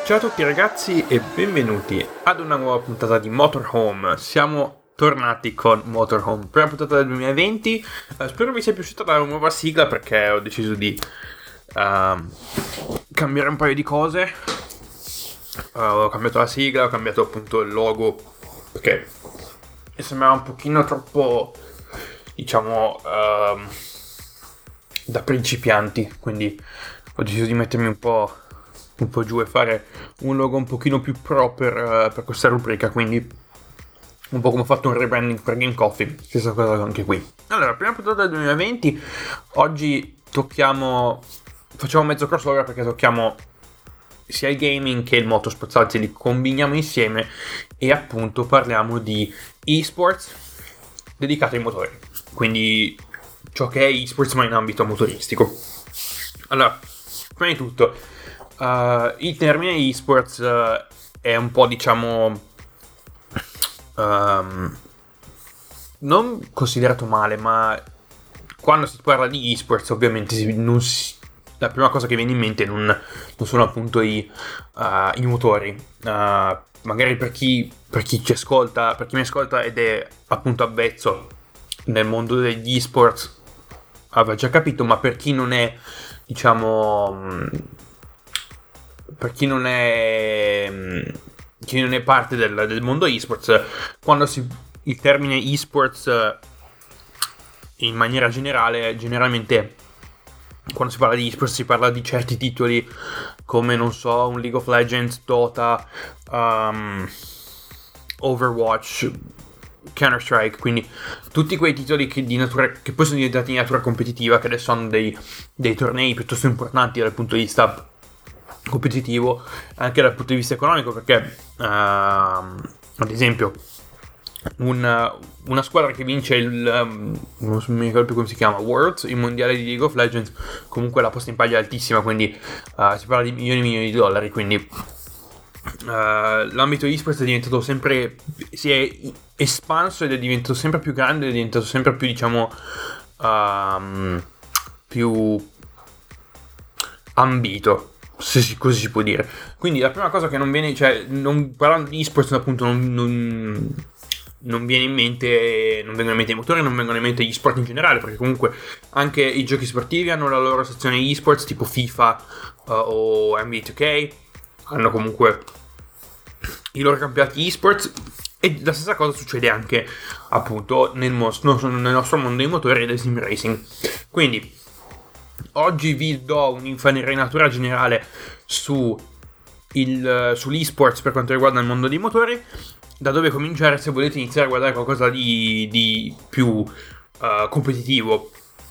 Ciao a tutti ragazzi e benvenuti ad una nuova puntata di Motorhome. Siamo tornati con Motorhome, prima puntata del 2020. Spero vi sia piaciuta la nuova sigla perché ho deciso di cambiare un paio di cose. Ho cambiato la sigla, ho cambiato appunto il logo perché mi sembrava un pochino troppo, diciamo, da principianti, quindi ho deciso di mettermi un po' giù e fare un logo un pochino più pro per questa rubrica, quindi un po' come ho fatto un rebranding per Game Coffee, stessa cosa anche qui. Allora, prima puntata del 2020, oggi facciamo mezzo crossover perché tocchiamo sia il gaming che il motorsport, anzi li combiniamo insieme e appunto parliamo di esports dedicato ai motori, quindi ciò che è esports ma in ambito motoristico. Allora, prima di tutto, il termine esports è un po', diciamo, non considerato male, ma quando si parla di esports ovviamente la prima cosa che viene in mente non sono appunto i motori. Magari per chi ci ascolta, per chi mi ascolta ed è appunto avvezzo nel mondo degli esports avrà già capito, ma per chi non è, diciamo, per chi non è parte del mondo esports, quando il termine esports in maniera generalmente quando si parla di esports si parla di certi titoli come, non so, un League of Legends, Dota, Overwatch, Counter-Strike, quindi tutti quei titoli che poi sono diventati di natura competitiva, che adesso hanno dei tornei piuttosto importanti dal punto di vista competitivo, anche dal punto di vista economico, perché ad esempio una squadra che vince non mi ricordo più come si chiama, Worlds, il mondiale di League of Legends, comunque la posta in paglia è altissima, quindi si parla di milioni di dollari, quindi l'ambito esports è diventato si è espanso ed è diventato sempre più grande, è diventato sempre più, diciamo, più ambito, se così si può dire. Quindi la prima cosa che non viene, cioè, parlando di esports, appunto, non viene in mente, non vengono in mente i motori, non vengono in mente gli sport in generale, perché comunque anche i giochi sportivi hanno la loro sezione esports, tipo FIFA o NBA 2K, hanno comunque i loro campionati esports, e la stessa cosa succede anche appunto nel nostro mondo dei motori e del sim racing. Quindi oggi vi do un'infarinatura generale sull'esports per quanto riguarda il mondo dei motori, da dove cominciare se volete iniziare a guardare qualcosa di più competitivo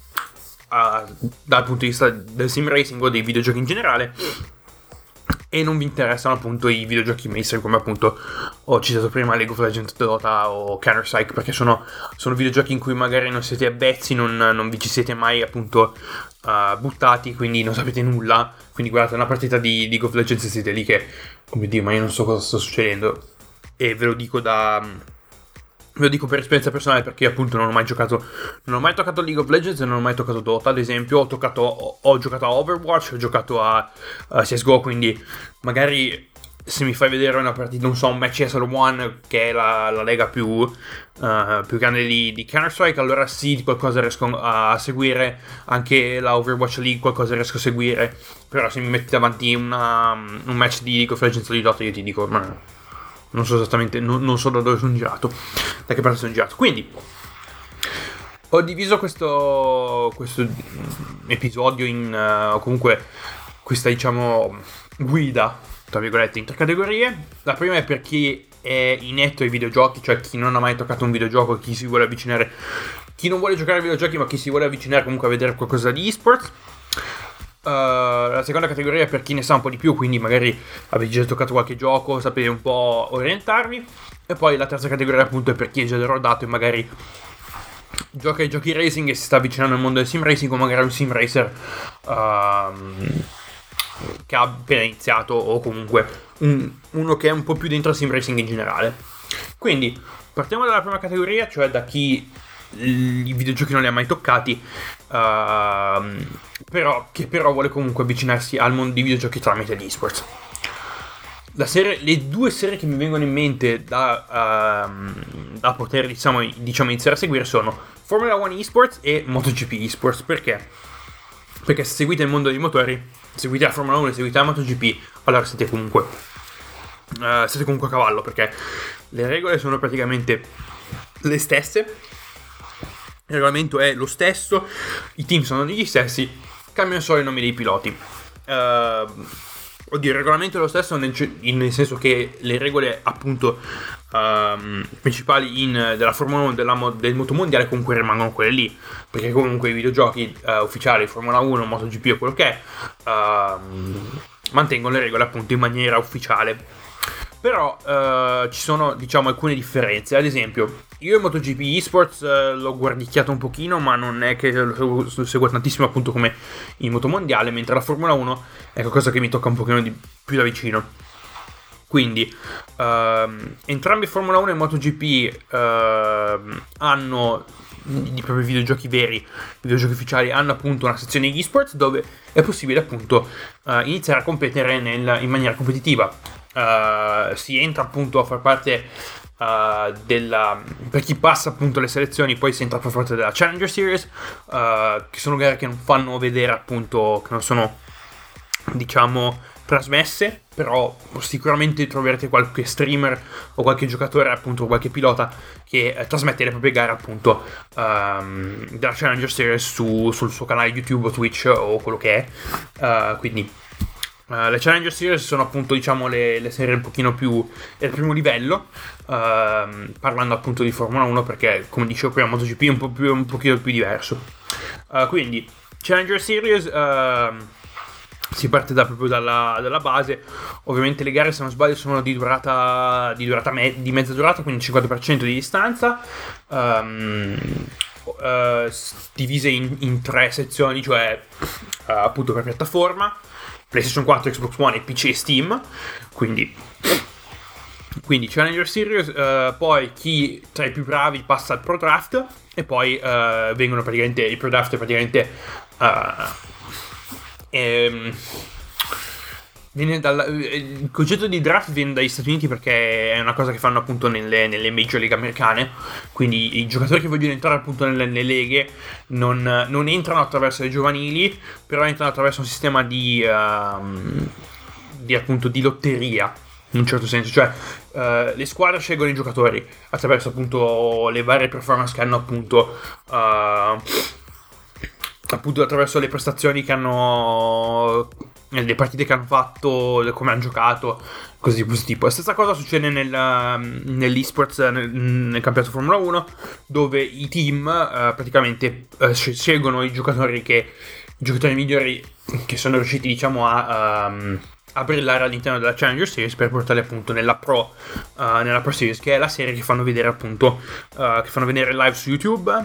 dal punto di vista del sim racing o dei videogiochi in generale, e non vi interessano appunto i videogiochi mainstream come appunto ho citato prima League of Legends, Dota o Counter-Strike, perché sono videogiochi in cui magari non siete avvezzi, non vi ci siete mai appunto buttati, quindi non sapete nulla, quindi guardate una partita di League of Legends e siete lì che, come dire, ma io non so cosa sta succedendo, e ve lo dico per esperienza personale, perché appunto non ho mai toccato League of Legends e non ho mai toccato Dota, ad esempio. Ho giocato a Overwatch, ho giocato a CSGO, quindi magari se mi fai vedere una partita, non so, un match SL1 che è la lega più grande di Counter-Strike, allora sì, qualcosa riesco a seguire, anche la Overwatch League qualcosa riesco a seguire, però se mi metti davanti un match di League of Legends o di Dota, io ti dico, ma non so esattamente, non so da dove sono girato, da che parte sono girato. Quindi ho diviso questo episodio in comunque questa, diciamo, guida tra virgolette in tre categorie. La prima è per chi è inetto ai videogiochi, cioè chi non ha mai toccato un videogioco, chi si vuole avvicinare, chi non vuole giocare ai videogiochi ma chi si vuole avvicinare comunque a vedere qualcosa di esports. La seconda categoria è per chi ne sa un po' di più, quindi magari avete già toccato qualche gioco, sapete un po' orientarvi. E poi la terza categoria appunto è per chi è già rodato e magari gioca ai giochi racing e si sta avvicinando al mondo del sim racing, o magari un sim racer che ha appena iniziato, o comunque uno che è un po' più dentro al sim racing in generale. Quindi partiamo dalla prima categoria, cioè da chi i videogiochi non li ha mai toccati, che però vuole comunque avvicinarsi al mondo dei videogiochi tramite gli esports. le due serie che mi vengono in mente da poter diciamo iniziare a seguire sono Formula 1 Esports e MotoGP Esports. Perché? Perché se seguite il mondo dei motori, seguite la Formula 1 e seguite la MotoGP, allora siete comunque a cavallo, perché le regole sono praticamente le stesse, il regolamento è lo stesso, i team sono gli stessi, cambiano solo i nomi dei piloti. Oddio, il regolamento è lo stesso nel senso che le regole appunto principali della Formula 1 del motomondiale comunque rimangono quelle lì, perché comunque i videogiochi ufficiali Formula 1, MotoGP o quello che è mantengono le regole appunto in maniera ufficiale. Però ci sono diciamo alcune differenze. Ad esempio, io in MotoGP Esports l'ho guardicchiato un pochino, ma non è che lo seguo tantissimo appunto come il motomondiale, mentre la Formula 1 è qualcosa che mi tocca un pochino più da vicino. Quindi entrambi Formula 1 e MotoGP hanno i propri videogiochi veri, i videogiochi ufficiali hanno appunto una sezione eSports dove è possibile appunto iniziare a competere in maniera competitiva. Si entra appunto a far parte per chi passa appunto le selezioni, poi si entra a far parte della Challenger Series, che sono gare che non fanno vedere appunto, che non sono diciamo trasmesse, però sicuramente troverete qualche streamer o qualche giocatore appunto, qualche pilota che trasmette le proprie gare appunto della Challenger Series sul suo canale YouTube o Twitch o quello che è. Quindi le Challenger Series sono appunto diciamo le serie un pochino più del primo livello, parlando appunto di Formula 1, perché come dicevo prima MotoGP è un pochino più diverso. Quindi Challenger Series si parte proprio dalla base. Ovviamente le gare, se non sbaglio, sono di mezza durata, quindi 50% di distanza, divise in 3 sezioni, cioè appunto per piattaforma, PlayStation 4, Xbox One e PC e Steam. Quindi Challenger Series, poi chi tra i più bravi passa al Pro Draft, e poi vengono praticamente il Pro Draft è praticamente il concetto di draft viene dagli Stati Uniti, perché è una cosa che fanno appunto nelle Major League americane. Quindi i giocatori che vogliono entrare appunto nelle leghe non entrano attraverso le giovanili, però entrano attraverso un sistema di appunto di lotteria, in un certo senso. Cioè le squadre scelgono i giocatori attraverso appunto le varie performance che hanno appunto attraverso le prestazioni che hanno, le partite che hanno fatto, come hanno giocato, così di questo tipo. La stessa cosa succede nell'esports, nel campionato Formula 1, dove i team praticamente scelgono i giocatori migliori che sono riusciti diciamo a brillare all'interno della Challenger Series, per portarli appunto nella Pro Series, che è la serie che fanno vedere appunto che fanno vedere live su YouTube.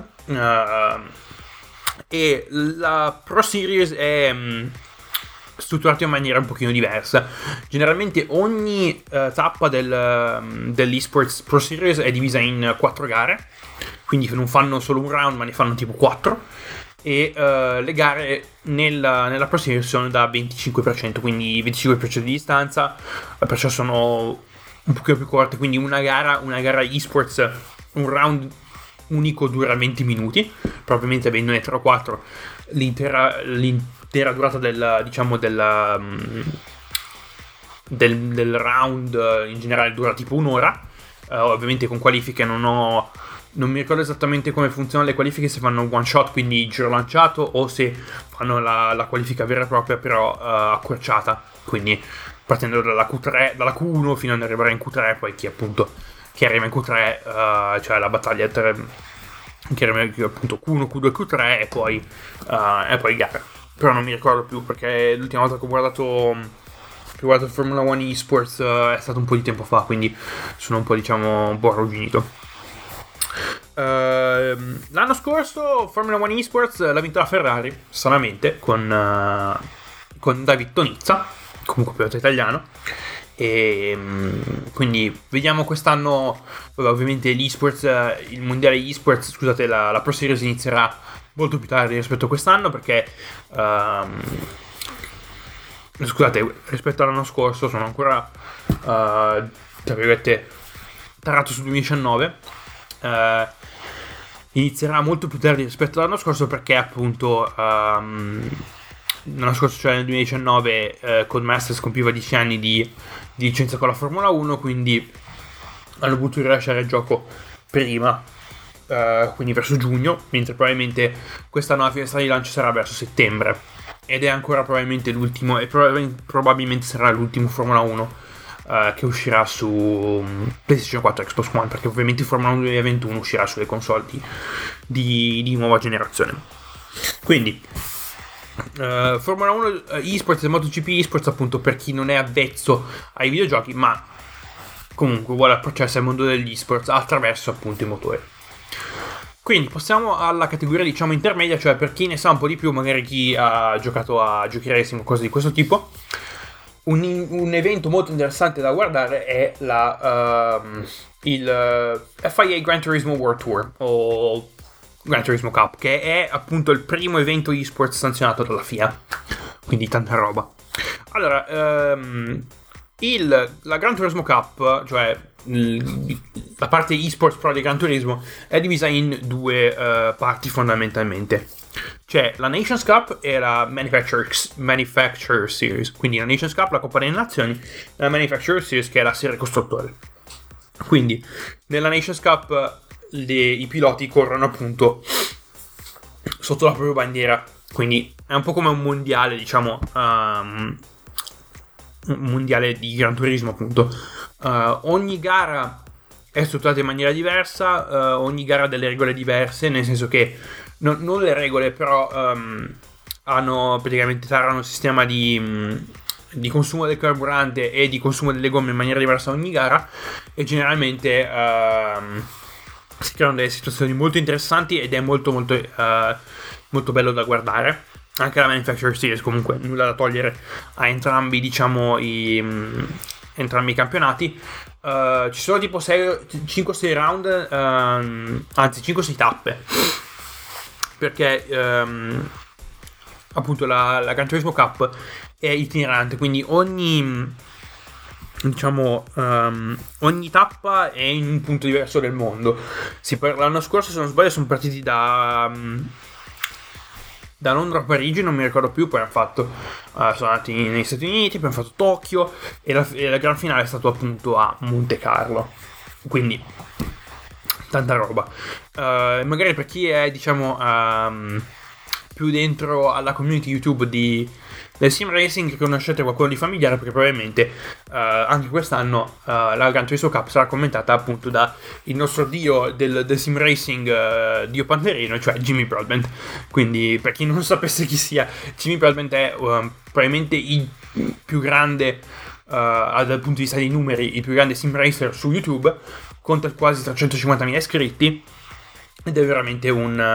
E la Pro Series è strutturata in maniera un pochino diversa. Generalmente ogni tappa dell'esports Pro Series è divisa in 4 gare, quindi non fanno solo un round, ma ne fanno tipo 4. E le gare nella Pro Series sono da 25%, quindi 25% di distanza, perciò sono un pochino più corte. Quindi una gara esports, un round unico dura 20 minuti, probabilmente avendone 3 o 4 l'intera durata del round in generale dura tipo un'ora. Ovviamente con qualifiche non mi ricordo esattamente come funzionano le qualifiche, se fanno one shot, quindi giro lanciato, o se fanno la qualifica vera e propria, però accorciata, quindi partendo dalla Q1 fino ad arrivare in Q3, poi chi arriva in Q3, cioè la battaglia che arriva appunto Q1, Q2, Q3 e poi gara. Però non mi ricordo più, perché l'ultima volta che ho guardato Formula 1 eSports è stato un po' di tempo fa, quindi sono un po' arrugginito. L'anno scorso Formula 1 eSports l'ha vinta la Ferrari, stranamente, con David Tonizza, comunque pilota italiano. E quindi vediamo quest'anno. Ovviamente l'esports, il mondiale esports, scusate, la Pro Series inizierà molto più tardi rispetto a quest'anno, perché scusate, rispetto all'anno scorso sono ancora tra virgolette tarato sul 2019. Inizierà molto più tardi rispetto all'anno scorso perché appunto l'anno scorso, cioè nel 2019, Codemasters compiva 10 anni di licenza con la Formula 1, quindi hanno potuto rilasciare il gioco prima, quindi verso giugno, mentre probabilmente questa nuova finestra di lancio sarà verso settembre, ed è ancora probabilmente l'ultimo, e probabilmente sarà l'ultimo Formula 1 che uscirà su PlayStation 4 e Xbox One, perché ovviamente Formula 1 2021 uscirà sulle console di nuova generazione. Quindi Formula 1 eSports e MotoGP eSports, appunto, per chi non è avvezzo ai videogiochi ma comunque vuole approcciarsi al mondo degli eSports attraverso appunto i motori. Quindi passiamo alla categoria diciamo intermedia, cioè per chi ne sa un po' di più, magari chi ha giocato a giochi racing o cose di questo tipo. Un evento molto interessante da guardare è il FIA Gran Turismo World Tour o Gran Turismo Cup, che è appunto il primo evento eSports sanzionato dalla FIA, quindi tanta roba. Allora, la Gran Turismo Cup, cioè la parte eSports Pro di Gran Turismo, è divisa in due parti fondamentalmente. C'è la Nations Cup e la Manufacturer Series. Quindi la Nations Cup, la Coppa delle Nazioni, e la Manufacturer Series, che è la serie costruttore. Quindi nella Nations Cup i piloti corrono appunto sotto la propria bandiera, quindi è un po' come un mondiale, diciamo, un mondiale di Gran Turismo, appunto. Ogni gara è strutturata in maniera diversa, ogni gara ha delle regole diverse, nel senso che non le regole, però hanno praticamente un sistema di consumo del carburante e di consumo delle gomme in maniera diversa ogni gara, e generalmente si creano delle situazioni molto interessanti ed è molto molto molto bello da guardare. Anche la Manufacturer Series, comunque, nulla da togliere a entrambi, diciamo, entrambi i campionati. Ci sono tipo 5-6 round, anzi 5-6 tappe, perché appunto la Gran Turismo Cup è itinerante, quindi ogni tappa è in un punto diverso del mondo. L'anno scorso, se non sbaglio, sono partiti da Londra a Parigi, non mi ricordo più, poi sono andati negli Stati Uniti, poi hanno fatto Tokyo, e la gran finale è stato appunto a Monte Carlo, quindi tanta roba. Magari per chi è, diciamo, più dentro alla community YouTube del sim racing, conoscete qualcuno di familiare, perché probabilmente anche quest'anno la Gran Turismo Cup sarà commentata appunto da il nostro dio del sim racing, Dio Panterino, cioè Jimmy Broadbent. Quindi, per chi non sapesse chi sia, Jimmy Broadbent è probabilmente il più grande, dal punto di vista dei numeri, il più grande sim racer su YouTube, conta quasi 350.000 iscritti, ed è veramente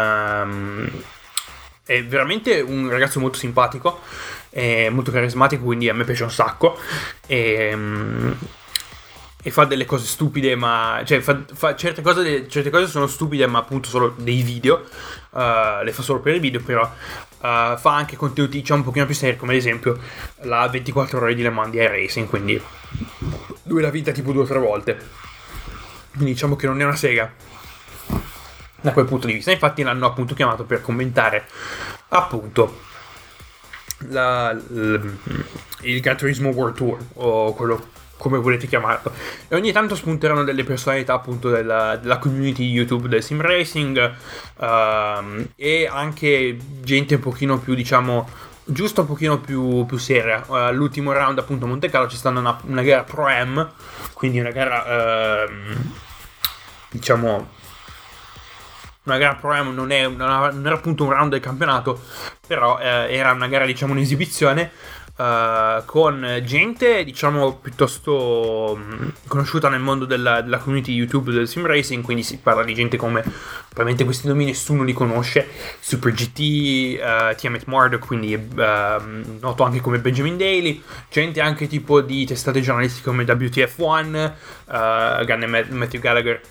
un ragazzo molto simpatico, molto carismatico, quindi a me piace un sacco, e fa delle cose stupide, ma cioè fa certe cose sono stupide, ma appunto solo dei video, le fa solo per i video, però fa anche contenuti, diciamo, un pochino più seri, come ad esempio la 24 ore di Le Mans di iRacing, quindi lui l'ha vinta tipo 2 o 3 volte, quindi diciamo che non è una sega da quel punto di vista. Infatti l'hanno appunto chiamato per commentare appunto il Gran Turismo World Tour, o quello come volete chiamarlo, e ogni tanto spunteranno delle personalità appunto della community YouTube del sim racing, e anche gente un pochino più, diciamo, giusto un pochino più seria. L'ultimo round appunto a Monte Carlo c'è stata una gara Pro Am, quindi una gara diciamo una gara Pro Am, non era appunto un round del campionato, però era una gara, diciamo, un'esibizione, con gente, diciamo, piuttosto conosciuta nel mondo della community YouTube del sim racing. Quindi si parla di gente come, probabilmente questi nomi nessuno li conosce: Super GT, Tiamat Murdoch, quindi noto anche come Benjamin Daly, gente anche tipo di testate giornalistiche come WTF1, grande Matthew Gallagher,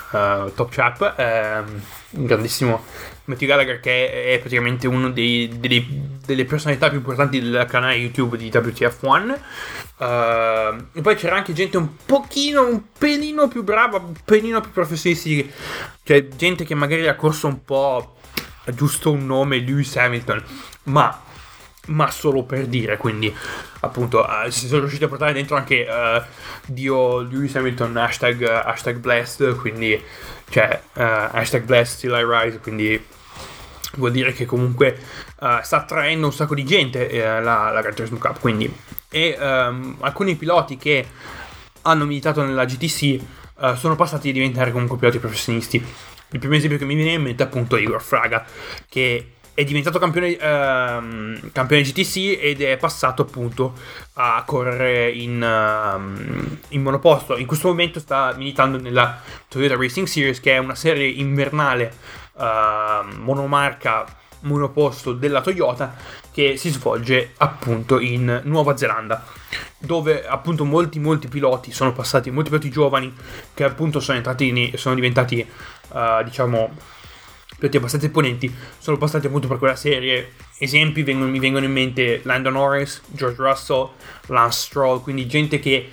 Top Chap, un grandissimo Matthew Gallagher, che è praticamente uno delle personalità più importanti del canale YouTube di WTF1. E poi c'era anche gente un pelino più brava, un pelino più professionisti, cioè gente che magari ha corso un po', giusto un nome, Lewis Hamilton, ma solo per dire. Quindi appunto si sono riusciti a portare dentro anche Dio Lewis Hamilton hashtag blessed, quindi cioè hashtag blessed still I rise, quindi vuol dire che comunque sta attraendo un sacco di gente la Gran Turismo Cup. Quindi alcuni piloti che hanno militato nella GTC sono passati a diventare comunque piloti professionisti. Il primo esempio che mi viene in mente è appunto Igor Fraga, che è diventato campione GTC ed è passato appunto a correre in monoposto. In questo momento sta militando nella Toyota Racing Series, che è una serie invernale monomarca monoposto della Toyota, che si svolge appunto in Nuova Zelanda, dove appunto molti piloti sono passati, molti piloti giovani che appunto sono diventati diciamo piloti abbastanza imponenti, sono passati appunto per quella serie. Esempi mi vengono in mente Lando Norris, George Russell, Lance Stroll, quindi gente che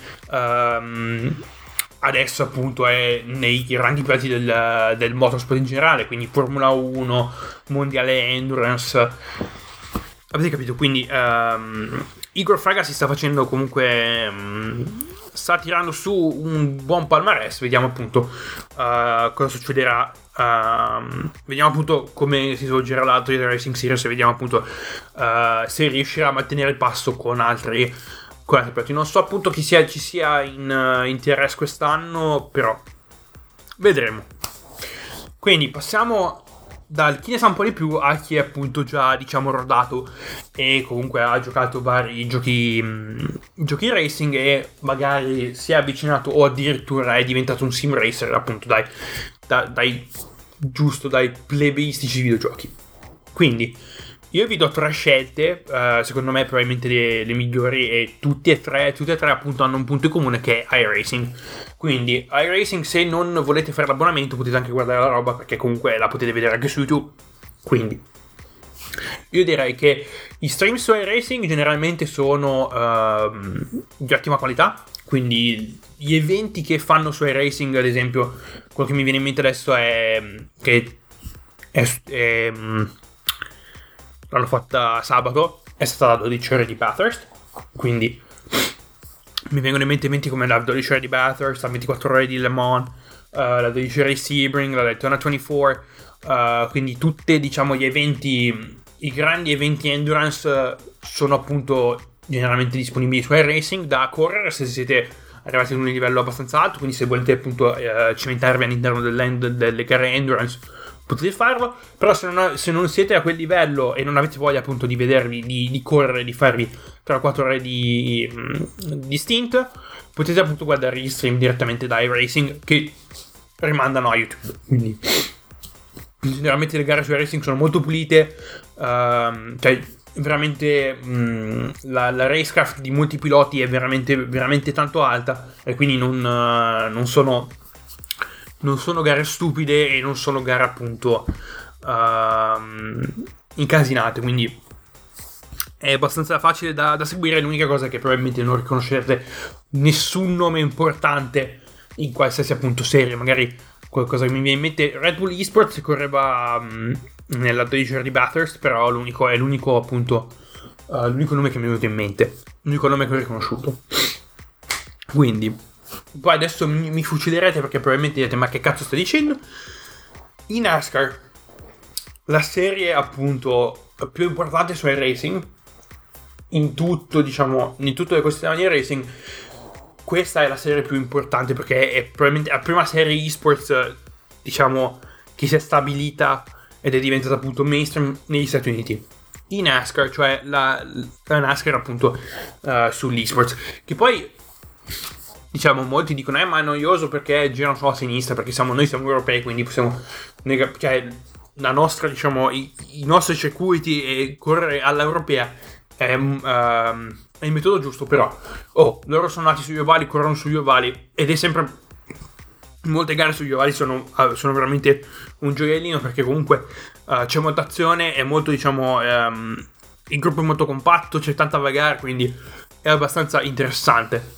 adesso appunto è nei ranghi piloti del motorsport in generale, quindi Formula 1, Mondiale Endurance, avete capito? Quindi Igor Fraga si sta facendo comunque sta tirando su un buon palmarès. Vediamo appunto cosa succederà, vediamo appunto come si svolgerà la Toyota Racing Series, e vediamo appunto se riuscirà a mantenere il passo con altri piloti. Non so appunto ci sia in TRS quest'anno, però vedremo. Quindi passiamo dal chi ne sa un po' di più a chi è appunto già diciamo rodato e comunque ha giocato vari giochi racing e magari si è avvicinato o addirittura è diventato un sim racer appunto dai plebeistici videogiochi. Quindi io vi do 3 scelte, secondo me probabilmente le migliori, e tutte e tre appunto hanno un punto in comune, che è iRacing. Quindi iRacing, se non volete fare l'abbonamento potete anche guardare la roba, perché comunque la potete vedere anche su YouTube. Quindi io direi che i stream su iRacing generalmente sono di ottima qualità, quindi gli eventi che fanno su iRacing, ad esempio quello che mi viene in mente adesso è che l'hanno fatta sabato, è stata la 12 ore di Bathurst, quindi mi vengono in mente eventi come la 12 ore di Bathurst, la 24 ore di Le Mans, la 12 ore di Sebring, la Daytona 24, quindi tutte diciamo gli eventi, i grandi eventi endurance sono appunto generalmente disponibili su iRacing da correre se siete arrivati ad un livello abbastanza alto, quindi se volete appunto cimentarvi all'interno delle gare endurance potete farlo. Però se non siete a quel livello e non avete voglia appunto di vedervi, di correre, di farvi 3-4 ore di stint, potete appunto guardare gli stream direttamente da iRacing che rimandano a YouTube. Quindi generalmente le gare su iRacing sono molto pulite, cioè veramente la racecraft di molti piloti è veramente, veramente tanto alta, e quindi non sono gare stupide e non sono gare appunto incasinate, quindi è abbastanza facile da seguire. L'unica cosa è che probabilmente non riconoscerete nessun nome importante in qualsiasi appunto serie. Magari qualcosa che mi viene in mente, Red Bull Esports correva nella 12 ore di Bathurst, però è l'unico appunto l'unico nome che mi è venuto in mente, l'unico nome che ho riconosciuto. Quindi poi adesso mi fucilerete perché probabilmente direte: ma che cazzo stai dicendo? In NASCAR, la serie appunto più importante su iRacing, in tutte le questioni di racing, questa è la serie più importante perché è probabilmente la prima serie esports diciamo che si è stabilita ed è diventata appunto mainstream negli Stati Uniti. In NASCAR, cioè la NASCAR appunto sull'esports, che poi diciamo molti dicono ma è noioso perché girano solo a sinistra, perché noi siamo europei, quindi possiamo cioè la nostra diciamo i nostri circuiti e correre all'europea è il metodo giusto. Però loro sono nati sugli ovali, corrono sugli ovali ed è sempre molte gare sugli ovali sono veramente un gioiellino, perché comunque c'è molta azione, è molto, diciamo, il gruppo è molto compatto, c'è tanta vagar, quindi è abbastanza interessante.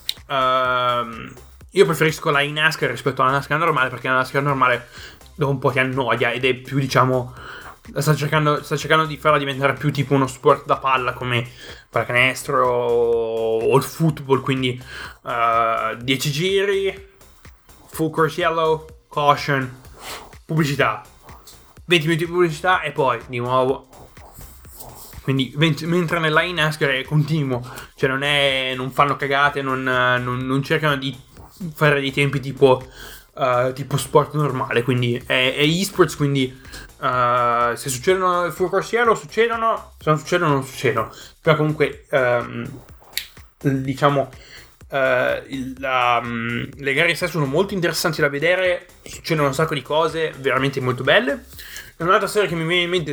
Io preferisco la NASCAR rispetto alla NASCAR normale, perché la NASCAR normale dopo un po' ti annoia ed è più, diciamo, sta cercando di farla diventare più tipo uno sport da palla come pallacanestro o il football, quindi 10 giri, full course yellow, caution, pubblicità, 20 minuti di pubblicità e poi di nuovo. Quindi mentre nella NASCAR è continuo, cioè non fanno cagate, non cercano di fare dei tempi tipo sport normale, quindi è esports, quindi se succedono full course yellow succedono, se non succedono non succedono, però comunque diciamo le gare in sé sono molto interessanti da vedere, succedono un sacco di cose veramente molto belle. Un'altra serie che mi viene in mente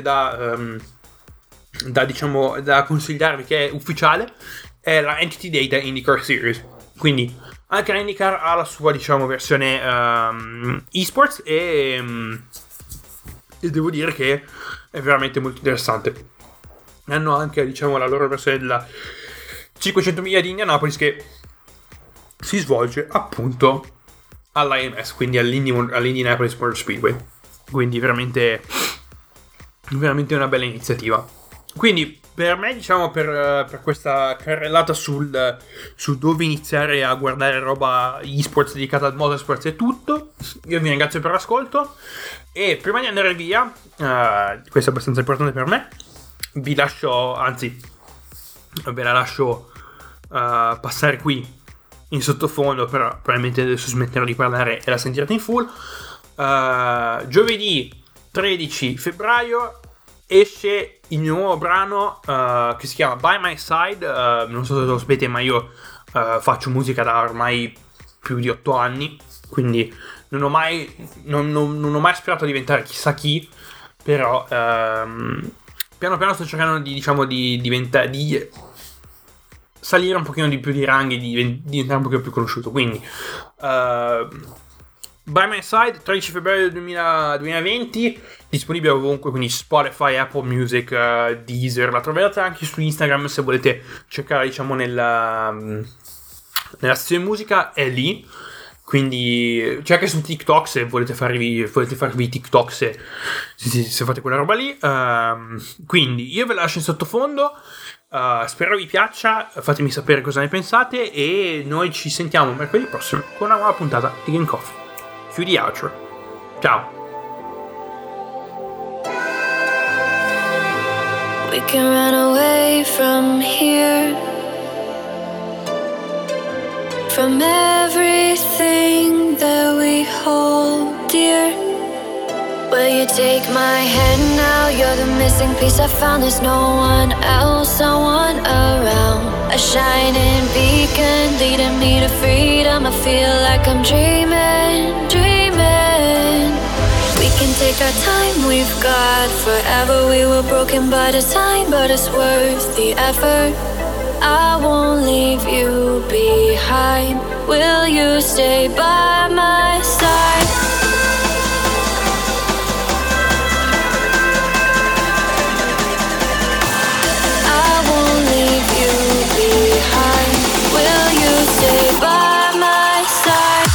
da consigliarvi, che è ufficiale, è la Entity Data IndyCar Series. Quindi anche la IndyCar ha la sua, diciamo, versione esports e devo dire che è veramente molto interessante. Hanno anche, diciamo, la loro versione della 500 miglia di Indianapolis, che si svolge appunto all'IMS, quindi all'Indianapolis Motor Speedway. Quindi veramente una bella iniziativa. Quindi per me, diciamo, per questa carrellata su dove iniziare a guardare roba esports dedicata al motorsport è tutto. Io vi ringrazio per l'ascolto e prima di andare via, questo è abbastanza importante per me, vi lascio, anzi ve la lascio passare qui in sottofondo, però probabilmente adesso smetterò di parlare e la sentirete in full. Giovedì 13 febbraio esce il mio nuovo brano che si chiama By My Side. Non so se lo sapete, ma io faccio musica da ormai più di 8 anni, quindi non ho mai sperato diventare chissà chi, però piano piano sto cercando di diventare, di salire un pochino di più di ranghi, di diventare un pochino più conosciuto. Quindi By My Side, 13 febbraio 2020, disponibile ovunque, quindi Spotify, Apple Music, Deezer. La troverete anche su Instagram se volete cercare, diciamo, nella sezione musica, è lì. Quindi c'è anche su TikTok se volete farvi TikTok, se fate quella roba lì. Quindi io ve la lascio in sottofondo. Spero vi piaccia, fatemi sapere cosa ne pensate e noi ci sentiamo mercoledì prossimo con una nuova puntata di Game Coffee. Chiudi outro. Ciao. We can run away from here, from everything that we hold dear. Will you take my hand now? You're the missing piece I found. There's no one else I want around. A shining beacon leading me to freedom. I feel like I'm dreaming. We can take our time, we've got forever. We were broken by design, but it's worth the effort. I won't leave you behind. Will you stay by my side? I won't leave you behind. Will you stay by my side?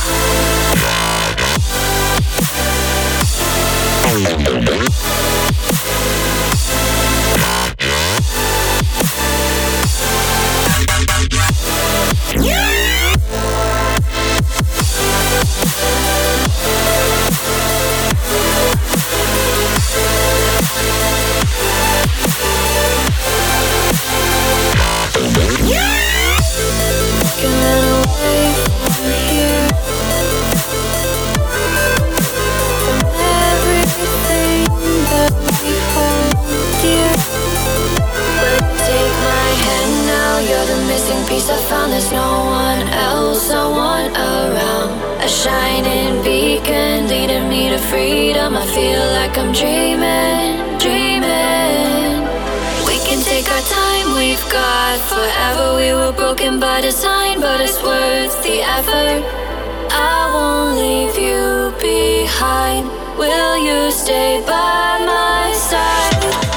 Piece I found, there's no one else I want around. A shining beacon leading me to freedom. I feel like I'm dreaming. We can take our time, we've got forever. We were broken by design, but it's worth the effort. I won't leave you behind. Will you stay by my side?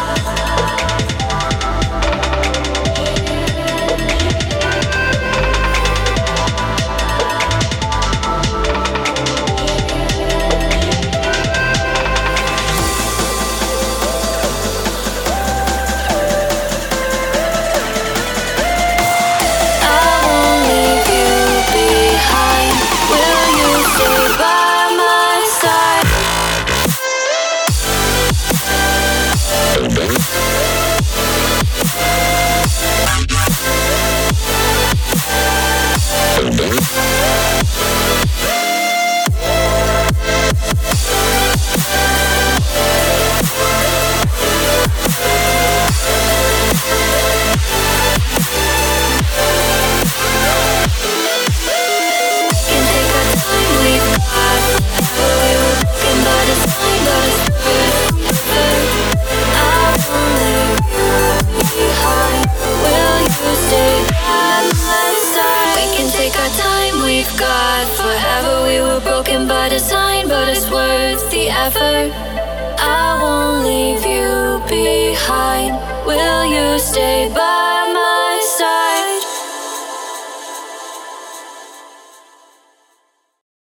By design, but it's worth the effort. I won't leave you behind. Will you stay by